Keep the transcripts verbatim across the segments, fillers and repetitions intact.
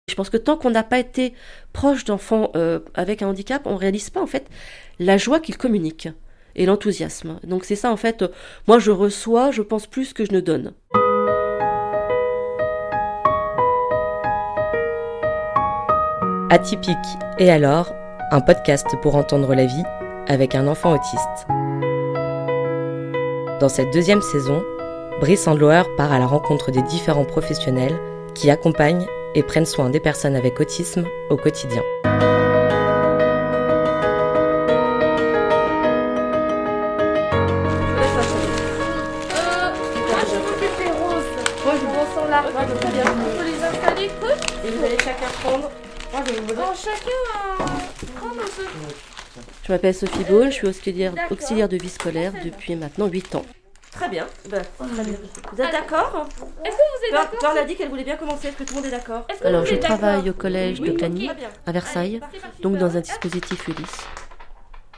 Je pense que tant qu'on n'a pas été proche d'enfants euh, avec un handicap, on ne réalise pas en fait la joie qu'ils communiquent et l'enthousiasme. Donc c'est ça en fait, euh, moi je reçois, je pense plus que je ne donne. Atypique et alors, un podcast pour entendre la vie avec un enfant autiste. Dans cette deuxième saison, Brice Andloer part à la rencontre des différents professionnels qui accompagnent et prennent soin des personnes avec autisme au quotidien. Je m'appelle Sophie Beaune, je suis auxiliaire, auxiliaire de vie scolaire depuis maintenant huit ans. Très bien. Ben, très bien. Vous êtes d'accord ? Est-ce que vous êtes d'accord ? Flore a dit qu'elle voulait bien commencer. Est-ce que tout le monde est d'accord ? Alors, je travaille au collège oui, de Clagny, okay. à Versailles, Allez, donc dans un dispositif Ulysse. Orange ?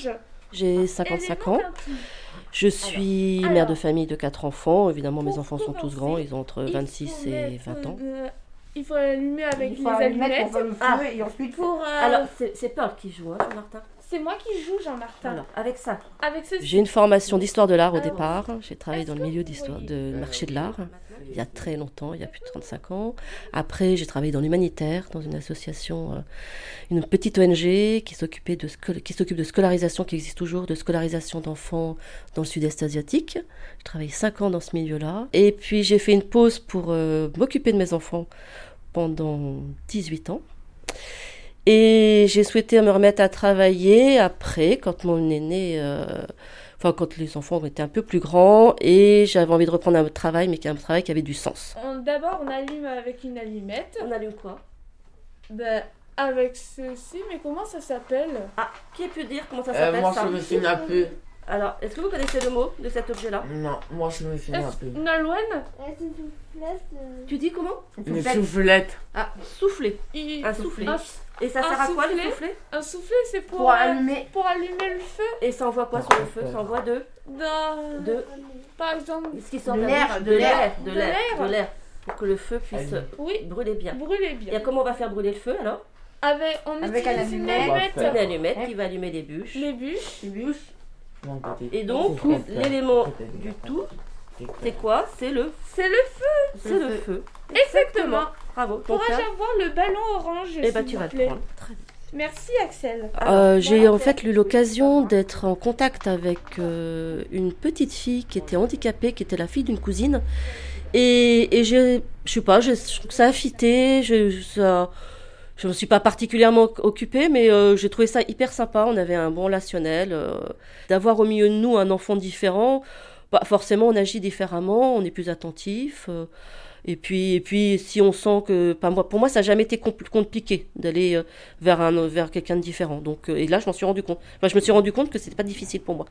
J'ai cinquante-cinq ans. Je suis alors, mère de famille de quatre enfants. Évidemment, mes enfants sont tous grands. Ils ont entre vingt-six et vingt ans. Euh, il faut allumer avec il faut les allumettes. Pour le feu ah. Et ensuite pour. Euh... Alors, c'est, c'est Paul qui joue, hein, Jean-Martin. C'est moi qui joue, Jean-Martin. Alors, avec ça. Avec ce... J'ai une formation d'histoire de l'art au alors, départ. J'ai travaillé dans le milieu d'histoire, de marché de l'art il y a très longtemps, il y a plus de trente-cinq ans. Après, j'ai travaillé dans l'humanitaire, dans une association, euh, une petite O N G qui s'occupait de qui s'occupe de scolarisation, qui existe toujours, de scolarisation d'enfants dans le sud-est asiatique. J'ai travaillé cinq ans dans ce milieu-là. Et puis, j'ai fait une pause pour euh, m'occuper de mes enfants pendant dix-huit ans. Et j'ai souhaité me remettre à travailler après, quand mon aîné, euh, enfin quand les enfants étaient un peu plus grands, et j'avais envie de reprendre un travail, mais un travail qui avait du sens. On, d'abord, on allume avec une allumette. On allume quoi ? Ben, avec ceci, mais comment ça s'appelle ? Ah, qui peut dire comment ça s'appelle euh, Moi, ça je me souviens un peu. Alors, est-ce que vous connaissez le mot de cet objet-là ? Non, moi je me souviens un peu. Nolwenn ? Tu dis comment ? Une soufflette. Ah, souffler. Il... Un soufflet. Un... Et ça sert à quoi le soufflet ? Un soufflet, c'est pour, pour, euh, allumer. pour allumer le feu. Et ça envoie quoi sur le feu ? Ça envoie de de... de... Par exemple... Ce qui sort de, de l'air, de, de l'air, l'air, de l'air, de l'air, pour que le feu puisse oui. brûler bien. Brûler bien. Et comment on va faire brûler le feu alors ? Avec, on Avec utilise un une allumette. allumette. Une allumette qui va allumer les bûches. Les bûches. Les bûches. Et donc, l'élément du tout, c'est quoi ? C'est le C'est le feu. C'est le feu. Exactement. Bravo. Pourrais-je avoir le ballon orange ? Eh bien, tu vas le prendre. Très bien. Merci Axel. Euh, j'ai en fait eu l'occasion d'être en contact avec euh, une petite fille qui était handicapée, qui était la fille d'une cousine. Et, et je, je sais pas, je, je trouve que ça a fité. Je, ça, je me suis pas particulièrement occupée, mais euh, j'ai trouvé ça hyper sympa. On avait un bon relationnel. Euh, d'avoir au milieu de nous un enfant différent, bah, forcément on agit différemment, on est plus attentif. Euh, Et puis, et puis, si on sent que, pas moi, pour moi, ça n'a jamais été compl- compliqué d'aller euh, vers un, vers quelqu'un de différent. Donc, euh, et là, je m'en suis rendu compte. Enfin, je me suis rendu compte que c'était pas difficile pour moi.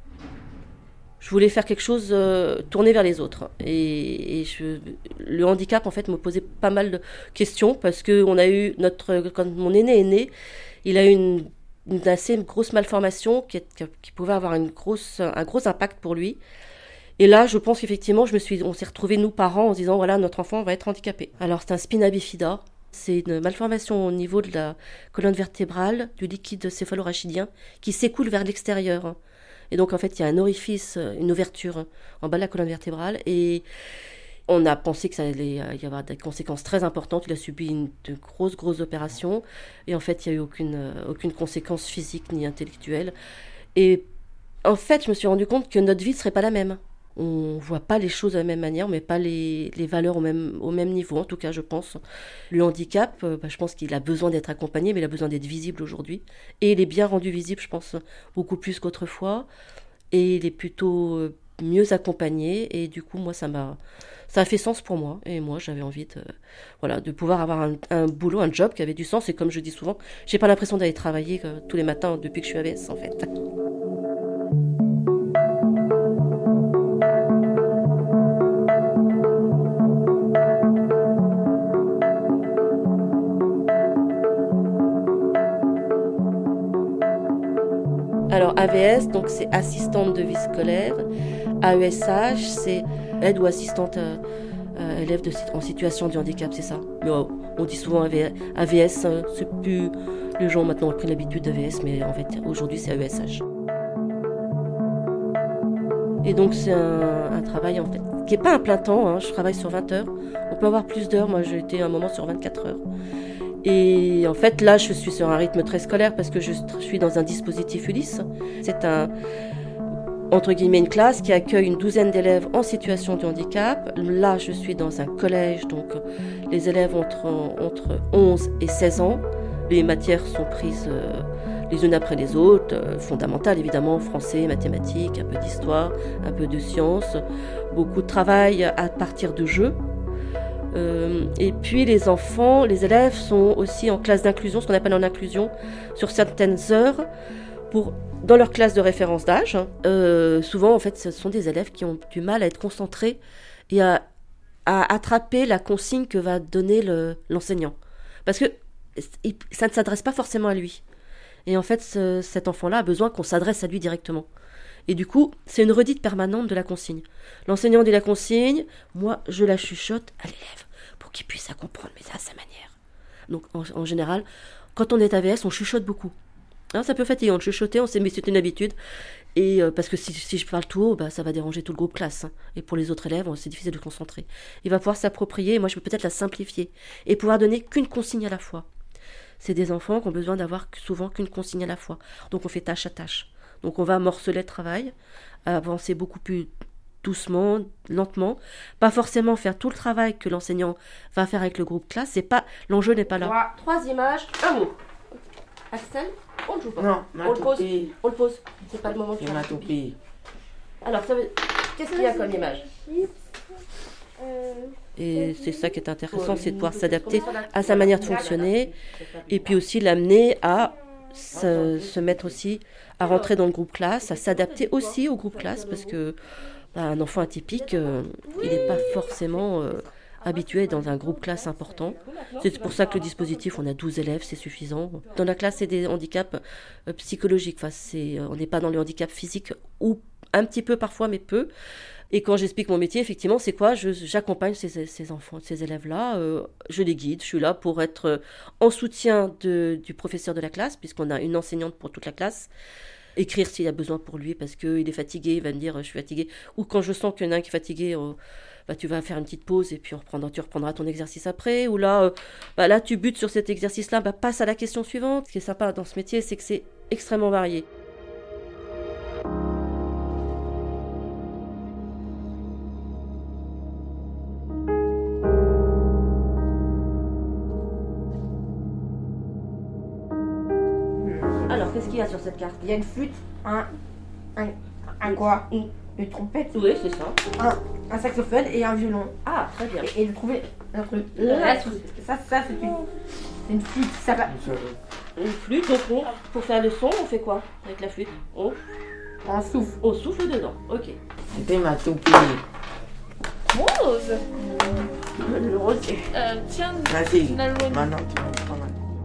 Je voulais faire quelque chose euh, tourné vers les autres. Et, et je, le handicap, en fait, me posait pas mal de questions parce que on a eu notre, quand mon aîné est né, il a eu une, une assez grosse malformation qui, est, qui pouvait avoir une grosse, un gros impact pour lui. Et là, je pense qu'effectivement, je me suis, on s'est retrouvés, nous, parents, en se disant, voilà, notre enfant va être handicapé. Alors, c'est un spina bifida. C'est une malformation au niveau de la colonne vertébrale, du liquide céphalorachidien, qui s'écoule vers l'extérieur. Et donc, en fait, il y a un orifice, une ouverture en bas de la colonne vertébrale. Et on a pensé que ça allait y avoir des conséquences très importantes. Il a subi une de grosses, grosses opérations. Et en fait, il n'y a eu aucune, aucune conséquence physique ni intellectuelle. Et en fait, je me suis rendu compte que notre vie ne serait pas la même. On ne voit pas les choses de la même manière, on ne met pas les, les valeurs au même, au même niveau, en tout cas, je pense. Le handicap, euh, bah, je pense qu'il a besoin d'être accompagné, mais il a besoin d'être visible aujourd'hui. Et il est bien rendu visible, je pense, beaucoup plus qu'autrefois. Et il est plutôt euh, mieux accompagné. Et du coup, moi, ça m'a, ça a fait sens pour moi. Et moi, j'avais envie de, voilà, de pouvoir avoir un, un boulot, un job qui avait du sens. Et comme je dis souvent, je n'ai pas l'impression d'aller travailler euh, tous les matins depuis que je suis A V S, en fait. Alors A V S, donc c'est assistante de vie scolaire. A E S H, c'est aide ou assistante euh, élèves de, en situation de handicap, c'est ça. Mais oh, on dit souvent A V S, hein, c'est plus... Les gens maintenant ont pris l'habitude d'A V S, mais en fait, aujourd'hui, c'est A E S H. Et donc, c'est un, un travail, en fait, qui n'est pas un plein temps. Hein. Je travaille sur vingt heures. On peut avoir plus d'heures. Moi, j'ai été un moment sur vingt-quatre heures. Et en fait, là, je suis sur un rythme très scolaire parce que je suis dans un dispositif Ulysse. C'est un, entre guillemets, une classe qui accueille une douzaine d'élèves en situation de handicap. Là, je suis dans un collège, donc les élèves ont entre, entre onze et seize ans. Les matières sont prises euh, les unes après les autres, euh, fondamentales évidemment, français, mathématiques, un peu d'histoire, un peu de sciences, beaucoup de travail à partir de jeux. Euh, et puis les enfants, les élèves sont aussi en classe d'inclusion, ce qu'on appelle en inclusion, sur certaines heures, pour, dans leur classe de référence d'âge. Euh, souvent, en fait, ce sont des élèves qui ont du mal à être concentrés et à, à attraper la consigne que va donner le, l'enseignant. Parce que ça ne s'adresse pas forcément à lui. Et en fait, ce, cet enfant-là a besoin qu'on s'adresse à lui directement. Et du coup, c'est une redite permanente de la consigne. L'enseignant dit la consigne, moi, je la chuchote à l'élève pour qu'il puisse la comprendre, mais à sa manière. Donc, en, en général, quand on est A V S, on chuchote beaucoup. Hein, ça peut fatiguer de chuchoter, on sait, mais c'est une habitude. Et euh, parce que si, si je parle tout haut, bah, ça va déranger tout le groupe classe. Hein. Et pour les autres élèves, c'est difficile de se concentrer. Il va pouvoir s'approprier, et moi, je peux peut-être la simplifier et pouvoir donner qu'une consigne à la fois. C'est des enfants qui ont besoin d'avoir souvent qu'une consigne à la fois. Donc on fait tâche à tâche. Donc on va morceler le travail, avancer beaucoup plus doucement, lentement. Pas forcément faire tout le travail que l'enseignant va faire avec le groupe classe. C'est pas, l'enjeu n'est pas là. Trois, Trois images, un mot. Axel, on le joue pas. Non, on le pose. toupie. On le pose. C'est pas le moment de C'est faire ma la toupie. toupie. Alors, ça veut... qu'est-ce qu'il y a comme image ? Euh, Et c'est ça qui est intéressant, c'est de pouvoir s'adapter à sa manière de fonctionner et puis aussi l'amener à se, se mettre aussi, à rentrer dans le groupe classe, à s'adapter aussi au groupe classe parce que bah, un enfant atypique, euh, il n'est pas forcément euh, habitué dans un groupe classe important. C'est pour ça que le dispositif, on a douze élèves, c'est suffisant. Dans la classe, c'est des handicaps euh, psychologiques, enfin, c'est, on n'est pas dans les handicaps physiques ou un petit peu parfois, mais peu. Et quand j'explique mon métier, effectivement, c'est quoi ? je, J'accompagne ces, ces enfants, ces élèves-là, euh, je les guide, je suis là pour être en soutien de, du professeur de la classe, puisqu'on a une enseignante pour toute la classe, écrire s'il y a besoin pour lui, parce qu'il est fatigué, il va me dire « je suis fatigué », ou quand je sens qu'il y en a un qui est fatigué, euh, bah, tu vas faire une petite pause et puis on reprendra, tu reprendras ton exercice après, ou là, euh, bah, là tu butes sur cet exercice-là, bah, passe à la question suivante. Ce qui est sympa dans ce métier, c'est que c'est extrêmement varié. Alors, qu'est-ce qu'il y a sur cette carte ? Il y a une flûte, un, un, un quoi une, une trompette, Oui, c'est ça. un, un saxophone et un violon. Ah, très bien. Et, et de trouver un truc. Le reste. Ça, ça c'est une, c'est une flûte. Ça va. Une flûte, donc on, pour faire le son, on fait quoi avec la flûte ? On, On souffle. on souffle dedans, ok. C'était ma toupie. Rose. Le rose, c'est. Euh, tiens, Vas-y, la loi. maintenant tu vas prendre.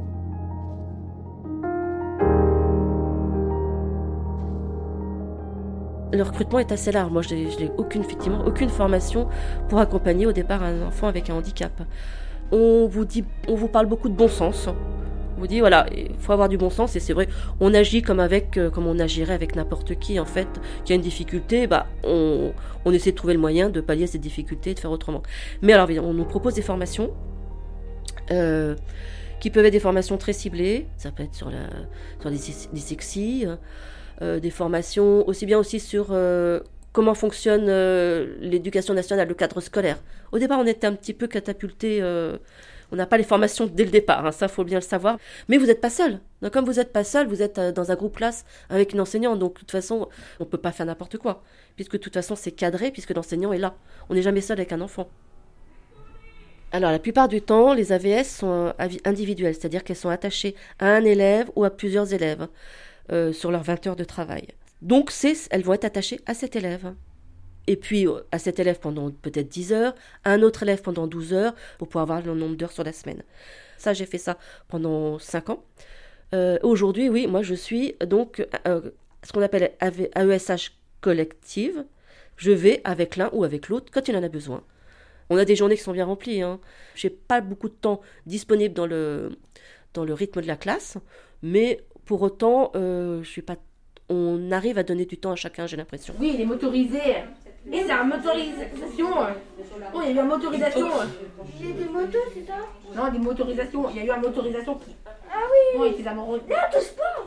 Le recrutement est assez large. Moi, je n'ai, je n'ai aucune, effectivement, aucune formation pour accompagner au départ un enfant avec un handicap. On vous dit, on vous parle beaucoup de bon sens. On vous dit, voilà, il faut avoir du bon sens. Et c'est vrai, on agit comme, avec, comme on agirait avec n'importe qui, en fait, qui a une difficulté. Bah, on, on essaie de trouver le moyen de pallier cette difficulté et de faire autrement. Mais alors, on nous propose des formations euh, qui peuvent être des formations très ciblées. Ça peut être sur la, sur les dyslexies, Euh, des formations aussi bien aussi sur euh, comment fonctionne euh, l'éducation nationale, le cadre scolaire. Au départ, on était un petit peu catapulté, euh, on n'a pas les formations dès le départ, hein, ça, il faut bien le savoir. Mais vous n'êtes pas seul. Donc, comme vous n'êtes pas seul, vous êtes euh, dans un groupe classe avec une enseignante. Donc, de toute façon, on ne peut pas faire n'importe quoi. Puisque, de toute façon, c'est cadré, puisque l'enseignant est là. On n'est jamais seul avec un enfant. Alors, la plupart du temps, les A V S sont individuelles, c'est-à-dire qu'elles sont attachées à un élève ou à plusieurs élèves. Euh, sur leurs vingt heures de travail. Donc, c'est, elles vont être attachées à cet élève. Et puis, à cet élève pendant peut-être dix heures, à un autre élève pendant douze heures, pour pouvoir avoir le nombre d'heures sur la semaine. Ça, j'ai fait ça pendant cinq ans. Euh, aujourd'hui, oui, moi, je suis donc euh, ce qu'on appelle A E S H collective. Je vais avec l'un ou avec l'autre quand il en a besoin. On a des journées qui sont bien remplies. Hein. Je n'ai pas beaucoup de temps disponible dans le, dans le rythme de la classe, mais pour autant, euh, je suis pas... on arrive à donner du temps à chacun, j'ai l'impression. Oui, il est motorisé. Et c'est un motorisation. Oh, il y a eu une motorisation. Il y a des motos, c'est ça? Non, des motorisations. Il y a eu une motorisation qui... Ah oui. Oh, il était amoureux. Non, touche pas.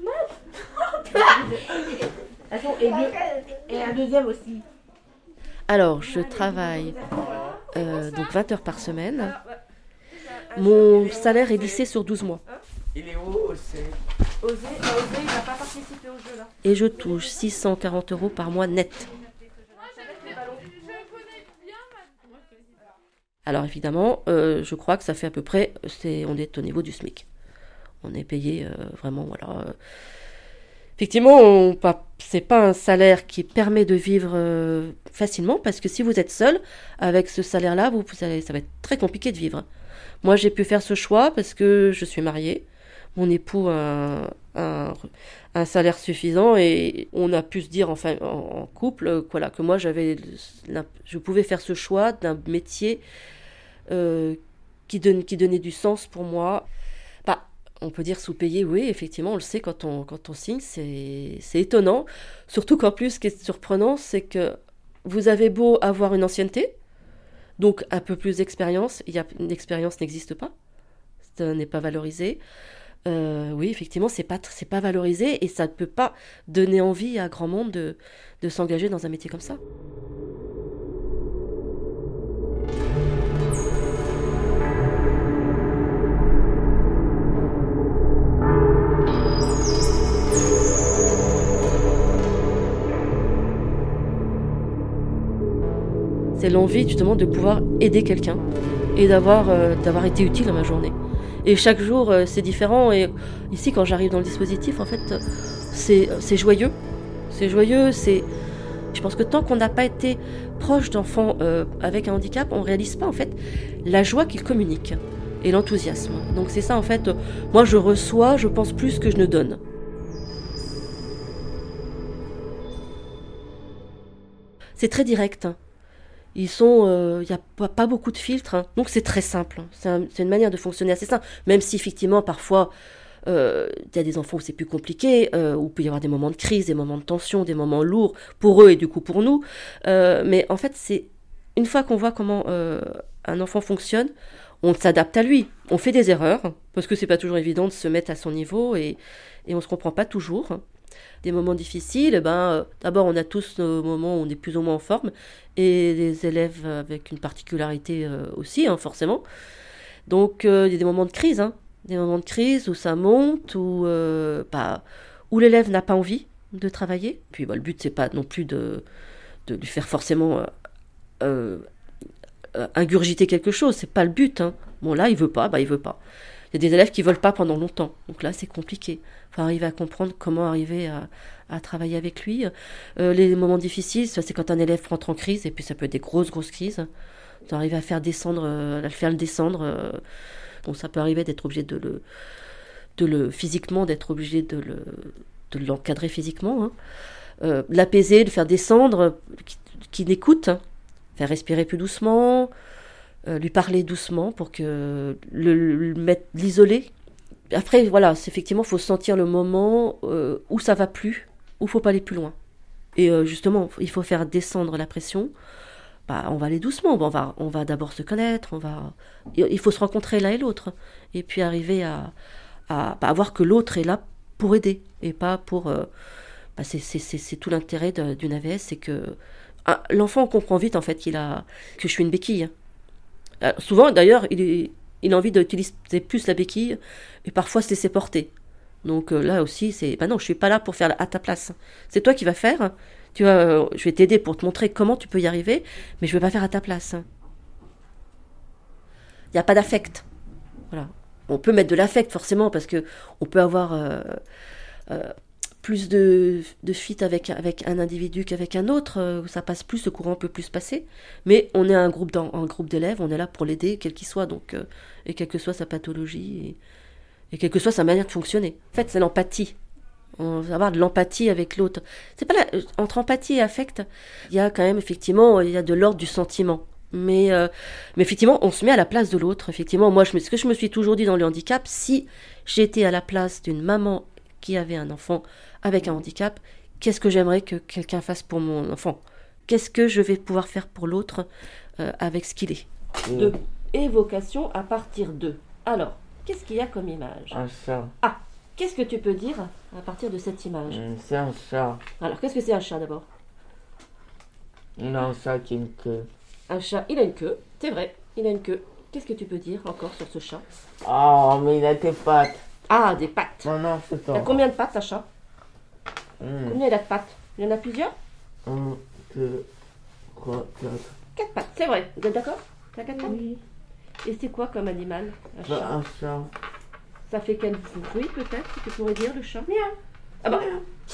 Attention, et, deux, et un deuxième aussi. Alors, je travaille euh, donc vingt heures par semaine. Mon salaire est lissé sur douze mois. Il est où, Osé? Osé, Osé, il n'a pas participé au jeu là. Et je touche six cent quarante euros par mois net. Alors évidemment, euh, je crois que ça fait à peu près, c'est, on est au niveau du SMIC. On est payé euh, vraiment, voilà. Euh, effectivement, on, pas, c'est pas un salaire qui permet de vivre euh, facilement, parce que si vous êtes seul, avec ce salaire-là, vous, vous allez, ça va être très compliqué de vivre. Moi, j'ai pu faire ce choix parce que je suis mariée. Mon époux a un, un, un salaire suffisant et on a pu se dire enfin, en, en couple euh, voilà, que moi, j'avais, je pouvais faire ce choix d'un métier euh, qui, donne, qui donnait du sens pour moi. Bah, on peut dire sous-payé, oui, effectivement, on le sait quand on, quand on signe, c'est, c'est étonnant. Surtout qu'en plus, ce qui est surprenant, c'est que vous avez beau avoir une ancienneté, donc un peu plus d'expérience, il y a, une expérience n'existe pas, ça n'est pas valorisé. Euh, oui, effectivement, c'est pas, c'est pas valorisé et ça ne peut pas donner envie à grand monde de, de s'engager dans un métier comme ça. C'est l'envie justement de pouvoir aider quelqu'un et d'avoir, euh, d'avoir été utile dans ma journée. Et chaque jour, euh, c'est différent. Et ici, quand j'arrive dans le dispositif, en fait, euh, c'est, c'est joyeux. C'est joyeux. C'est... Je pense que tant qu'on n'a pas été proche d'enfants euh, avec un handicap, on ne réalise pas, en fait, la joie qu'ils communiquent et l'enthousiasme. Donc c'est ça, en fait. Euh, moi, je reçois, je pense plus que je ne donne. C'est très direct. Ils sont, il euh, n'y a pas, pas beaucoup de filtres, hein. Donc c'est très simple. Hein. C'est, un, c'est une manière de fonctionner assez simple, même si effectivement parfois il euh, y a des enfants où c'est plus compliqué, euh, où il peut y avoir des moments de crise, des moments de tension, des moments lourds pour eux et du coup pour nous. Euh, mais en fait, c'est une fois qu'on voit comment euh, un enfant fonctionne, on s'adapte à lui. On fait des erreurs parce que c'est pas toujours évident de se mettre à son niveau et, et on se comprend pas toujours. Des moments difficiles, ben, euh, d'abord on a tous nos moments où on est plus ou moins en forme et les élèves avec une particularité euh, aussi, hein, forcément. Donc euh, il y a des moments de crise, hein, des moments de crise où ça monte, où, euh, bah, où l'élève n'a pas envie de travailler. Puis bah, le but c'est pas non plus de, de lui faire forcément euh, euh, euh, ingurgiter quelque chose, c'est pas le but. Hein. Bon là il veut pas, bah il veut pas. Il y a des élèves qui ne veulent pas pendant longtemps. Donc là, c'est compliqué. Il faut arriver à comprendre comment arriver à, à travailler avec lui. Euh, les moments difficiles, ça, c'est quand un élève rentre en crise, et puis ça peut être des grosses, grosses crises. Ça arrive à faire descendre, à le faire le descendre. Bon, ça peut arriver d'être obligé de le, de le physiquement, d'être obligé de, le, de l'encadrer physiquement. Hein. Euh, l'apaiser, le faire descendre, qu'il écoute, hein. Faire respirer plus doucement. Euh, lui parler doucement pour que le, le mettre, l'isoler. Après, voilà, c'est, effectivement, il faut sentir le moment euh, où ça va plus, où il ne faut pas aller plus loin. Et euh, justement, il faut faire descendre la pression. Bah, on va aller doucement. Bon, on va, on va d'abord se connaître. On va, il faut se rencontrer l'un et l'autre. Et puis arriver à, à, bah, à voir que l'autre est là pour aider. Et pas pour... Euh, bah, c'est, c'est, c'est, c'est tout l'intérêt de, d'une A V S, c'est que ah, l'enfant comprend vite, en fait, qu'il a, que je suis une béquille. Alors, souvent, d'ailleurs, il, est, il a envie d'utiliser plus la béquille et parfois se laisser porter. Donc euh, là aussi, c'est bah non, je suis pas là pour faire à ta place. C'est toi qui vas faire. Tu vas, euh, je vais t'aider pour te montrer comment tu peux y arriver, mais je vais pas faire à ta place. Il n'y a pas d'affect. Voilà. On peut mettre de l'affect forcément parce que on peut avoir euh, euh, plus de, de fit avec, avec un individu qu'avec un autre, euh, où ça passe plus, le courant peut plus passer. Mais on est un groupe, dans, un groupe d'élèves, on est là pour l'aider, quel qu'il soit, donc, euh, et quelle que soit sa pathologie, et, et quelle que soit sa manière de fonctionner. En fait, c'est l'empathie. On va avoir de l'empathie avec l'autre. C'est pas la, entre empathie et affect, il y a quand même, effectivement, il y a de l'ordre du sentiment. Mais, euh, mais effectivement, on se met à la place de l'autre. Effectivement, moi, je me, ce que je me suis toujours dit dans le handicap, si j'étais à la place d'une maman qui avait un enfant avec un handicap, qu'est-ce que j'aimerais que quelqu'un fasse pour mon enfant ? Qu'est-ce que je vais pouvoir faire pour l'autre euh, avec ce qu'il est ? Mmh. De évocation à partir de. Alors, qu'est-ce qu'il y a comme image ? Un chat. Ah, qu'est-ce que tu peux dire à partir de cette image ? Mmh, c'est un chat. Alors, qu'est-ce que c'est un chat d'abord ? On a un chat qui a une queue. Un chat, il a une queue, c'est vrai, il a une queue. Qu'est-ce que tu peux dire encore sur ce chat ? Oh, mais il a des pattes. Ah, des pattes. Non, non, c'est Il a ça. combien de pattes, un chat ? Mmh. Combien il a de pattes ? Il y en a plusieurs ? Un, deux, trois, quatre. Quatre pattes, c'est vrai. Vous êtes d'accord ? Il a quatre pattes ? Oui. Et c'est quoi comme animal, un Bah, chat ? un chat. Ça fait quel bruit peut-être, tu pourrais dire, le chat ? Ah bah.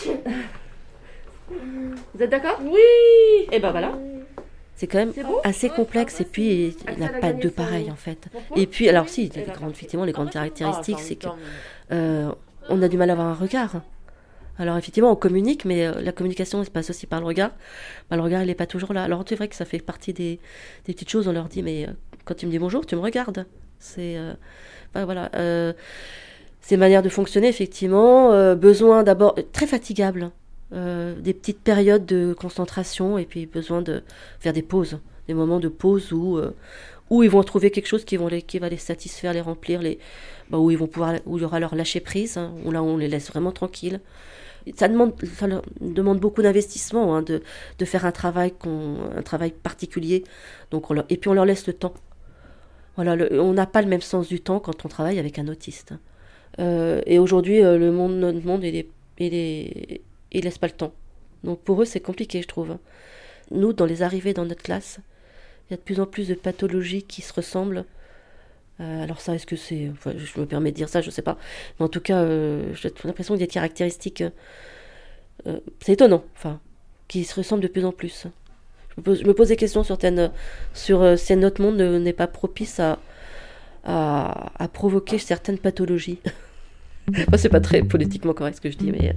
Vous êtes d'accord ? Oui. Et ben voilà. C'est quand même C'est bon assez complexe et puis il n'a pas de pareil en fait. Et puis alors si, les grandes, effectivement les grandes caractéristiques c'est que euh, on a du mal à avoir un regard. Alors effectivement on communique mais euh, la communication se passe aussi par le regard. Bah, le regard il n'est pas toujours là. Alors c'est vrai que ça fait partie des, des petites choses, on leur dit mais euh, quand tu me dis bonjour tu me regardes. C'est euh, bah, voilà. Euh, ces manières de fonctionner effectivement, euh, besoin d'abord, très fatigable. Euh, des petites périodes de concentration et puis besoin de faire des pauses, des moments de pause où, euh, où ils vont trouver quelque chose qui, vont les, qui va les satisfaire, les remplir, les, bah, où, ils vont pouvoir, où il y aura leur lâcher prise, hein, où là on les laisse vraiment tranquilles. Ça demande, ça leur demande beaucoup d'investissement, hein, de, de faire un travail, qu'on, un travail particulier. Donc on leur, et puis on leur laisse le temps. Voilà, le, on n'a pas le même sens du temps quand on travaille avec un autiste. Euh, et aujourd'hui, euh, le monde, notre monde, il est, il est ils laissent pas le temps. Donc pour eux, c'est compliqué, je trouve. Nous, dans les arrivées dans notre classe, il y a de plus en plus de pathologies qui se ressemblent. Euh, alors ça, est-ce que c'est... Enfin, je me permets de dire ça, je sais pas. Mais en tout cas, euh, j'ai l'impression qu'il y a des caractéristiques... Euh, c'est étonnant, enfin, qui se ressemblent de plus en plus. Je me pose, je me pose des questions sur, certaines, sur euh, si notre monde n'est pas propice à, à, à provoquer certaines pathologies. Enfin, c'est pas très politiquement correct ce que je dis, mais...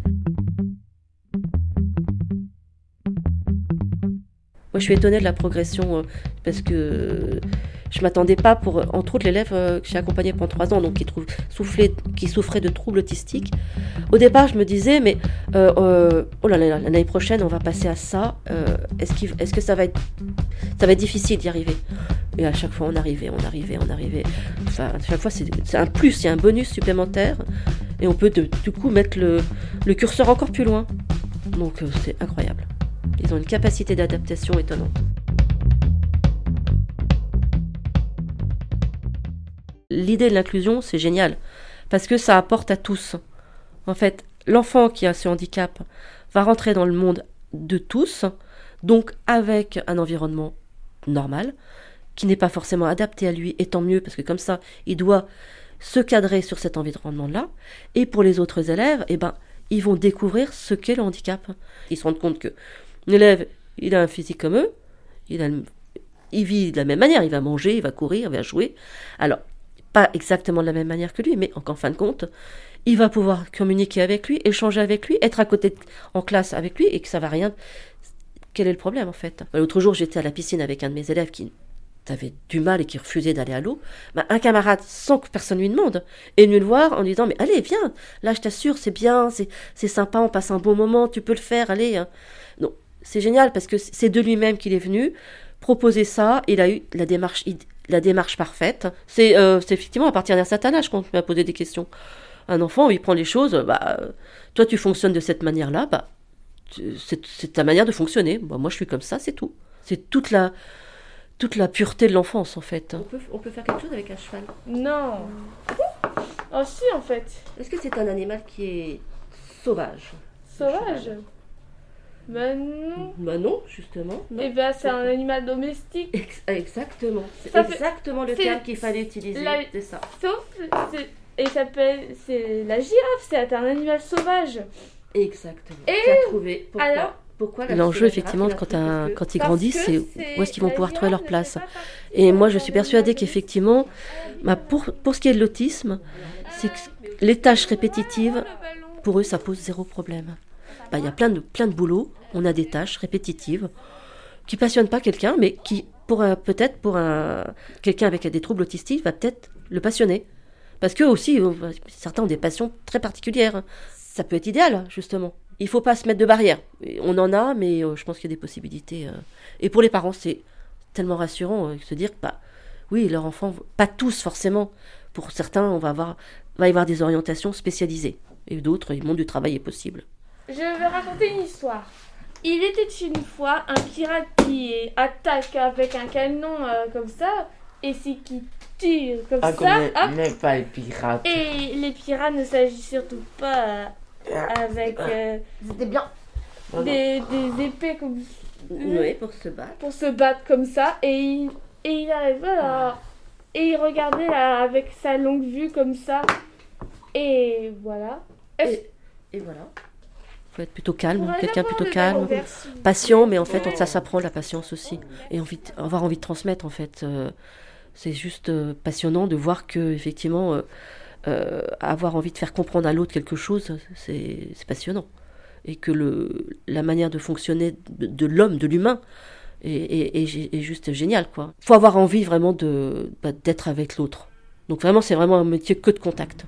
Moi, je suis étonnée de la progression euh, parce que euh, je ne m'attendais pas pour, entre autres, l'élève euh, que j'ai accompagné pendant trois ans, donc qui, trouve, soufflait, qui souffrait de troubles autistiques. Au départ, je me disais, mais euh, euh, oh là là, l'année prochaine, on va passer à ça. Euh, est-ce, qu'il, est-ce que ça va être, ça va être difficile d'y arriver ? Et à chaque fois, on arrivait, on arrivait, on arrivait. Enfin, à chaque fois, c'est, c'est un plus, il y a un bonus supplémentaire, et on peut de, du coup mettre le, le curseur encore plus loin. Donc, euh, c'est incroyable. Ils ont une capacité d'adaptation étonnante. L'idée de l'inclusion, c'est génial, parce que ça apporte à tous. En fait, l'enfant qui a ce handicap va rentrer dans le monde de tous, donc avec un environnement normal, qui n'est pas forcément adapté à lui, et tant mieux, parce que comme ça, il doit se cadrer sur cet environnement-là. Et pour les autres élèves, eh ben, ils vont découvrir ce qu'est le handicap. Ils se rendent compte que l'élève, il a un physique comme eux, il, a, il vit de la même manière, il va manger, il va courir, il va jouer. Alors, pas exactement de la même manière que lui, mais en fin de compte, il va pouvoir communiquer avec lui, échanger avec lui, être à côté de, en classe avec lui, et que ça va rien... Quel est le problème, en fait ? L'autre jour, j'étais à la piscine avec un de mes élèves qui avait du mal et qui refusait d'aller à l'eau. Ben, un camarade, sans que personne lui demande, est venu le voir en lui disant « Mais allez, viens, là, je t'assure, c'est bien, c'est, c'est sympa, on passe un bon moment, tu peux le faire, allez. Hein. » Donc, c'est génial parce que c'est de lui-même qu'il est venu proposer ça. Il a eu la démarche, la démarche parfaite. C'est, euh, c'est effectivement à partir d'un certain âge qu'on m'a posé des questions. Un enfant, il prend les choses, bah, toi tu fonctionnes de cette manière-là, bah, c'est, c'est ta manière de fonctionner. Bah, moi je suis comme ça, c'est tout. C'est toute la, toute la pureté de l'enfance en fait. On peut, on peut faire quelque chose avec un cheval ? Non. Oh si, en fait. Est-ce que c'est un animal qui est sauvage ? Sauvage ? Ben non. Ben non, justement. Eh ben c'est un animal domestique. Ex- exactement. C'est Ça fait- exactement le c'est- terme qu'il fallait utiliser. la- C'est ça. Sauf, c'est... Et ça s'appelle... C'est la girafe, c'est un animal sauvage. Exactement. Et tu as trouvé. Pourquoi alors Pourquoi la L'enjeu, girafe, effectivement, il a quand, trouvé un, que- quand ils Parce grandissent, que c'est c'est- où est-ce qu'ils vont la pouvoir trouver leur girafe ne place. fait pas partie Et moi, je d'un suis animal persuadée domestique. qu'effectivement, bah, pour, pour ce qui est de l'autisme, c'est que les tâches répétitives, pour eux, ça pose zéro problème. Bah, il y a plein de, plein de boulot, on a des tâches répétitives. qui passionne pas quelqu'un, mais qui, pour un, peut-être pour un, quelqu'un avec des troubles autistiques, va peut-être le passionner. Parce qu'eux aussi, certains ont des passions très particulières. Ça peut être idéal, justement. Il ne faut pas se mettre de barrières. On en a, mais je pense qu'il y a des possibilités. Et pour les parents, c'est tellement rassurant de se dire que, bah, oui, leur enfant, pas tous forcément. Pour certains, on va, avoir, va y avoir des orientations spécialisées. Et d'autres, le monde du travail est possible. Je vais raconter une histoire. Il était une fois un pirate qui attaque avec un canon euh, comme ça, et c'est qui tire comme Ah, ça. comme n'est pas les pirates. Et les pirates ne s'agissent surtout pas euh, avec euh, C'était bien. des, des épées comme Oui, pour se battre. pour se battre comme ça. Et il, et il arrivait là, et il regardait là avec sa longue vue comme ça. Et voilà. Et, et voilà. Il faut être plutôt calme, Pour quelqu'un avoir plutôt le calme, verso. patient, mais en fait, ça s'apprend la patience aussi. Et envie de- avoir envie de transmettre, en fait. Euh, c'est juste euh, passionnant de voir que, effectivement, euh, euh, avoir envie de faire comprendre à l'autre quelque chose, c'est, c'est passionnant. Et que le, la manière de fonctionner de, de l'homme, de l'humain, est, est, est, est juste géniale, quoi. Il faut avoir envie vraiment de, bah, d'être avec l'autre. Donc vraiment, c'est vraiment un métier que de contact.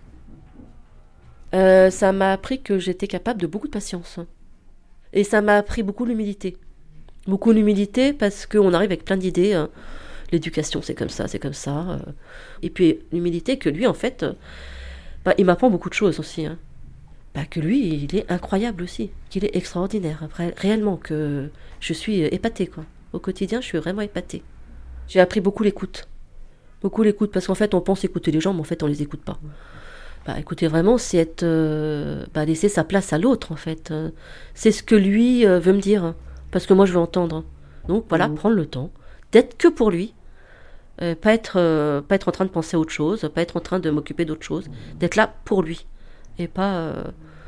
Euh, ça m'a appris que j'étais capable de beaucoup de patience. Et ça m'a appris beaucoup l'humilité. Beaucoup l'humilité parce qu'on arrive avec plein d'idées. Hein. L'éducation, c'est comme ça, c'est comme ça. Euh. Et puis l'humilité que lui, en fait, euh, bah, il m'apprend beaucoup de choses aussi. Hein. Bah, que lui, il est incroyable aussi. Qu'il est extraordinaire. Ré- réellement, que je suis épatée, quoi. Au quotidien, je suis vraiment épatée. J'ai appris beaucoup l'écoute. Beaucoup l'écoute parce qu'en fait, on pense écouter les gens, mais en fait, on les écoute pas. Bah, écoutez, vraiment, c'est être, euh, bah, laisser sa place à l'autre, en fait. Euh, c'est ce que lui euh, veut me dire, hein, parce que moi, je veux entendre. Donc, voilà, mmh. prendre le temps d'être que pour lui, euh, pas être, euh, pas être en train de penser à autre chose, pas être en train de m'occuper d'autre chose, d'être là pour lui, et pas, euh,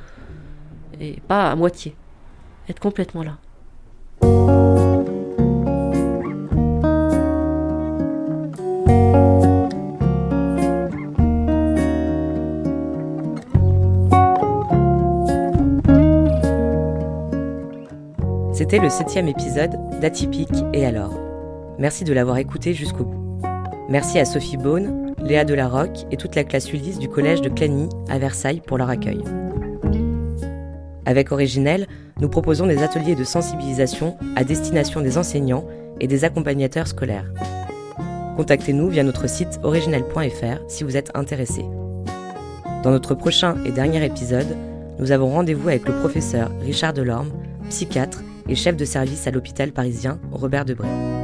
et pas à moitié, être complètement là. C'était le septième épisode d'Atypique et alors. Merci de l'avoir écouté jusqu'au bout. Merci à Sophie Beaune, Léa Delarocque et toute la classe Ulysse du collège de Clagny à Versailles pour leur accueil. Avec Originelle, nous proposons des ateliers de sensibilisation à destination des enseignants et des accompagnateurs scolaires. Contactez-nous via notre site originelle point f r si vous êtes intéressé. Dans notre prochain et dernier épisode, nous avons rendez-vous avec le professeur Richard Delorme, psychiatre et chef de service à l'hôpital parisien Robert Debré.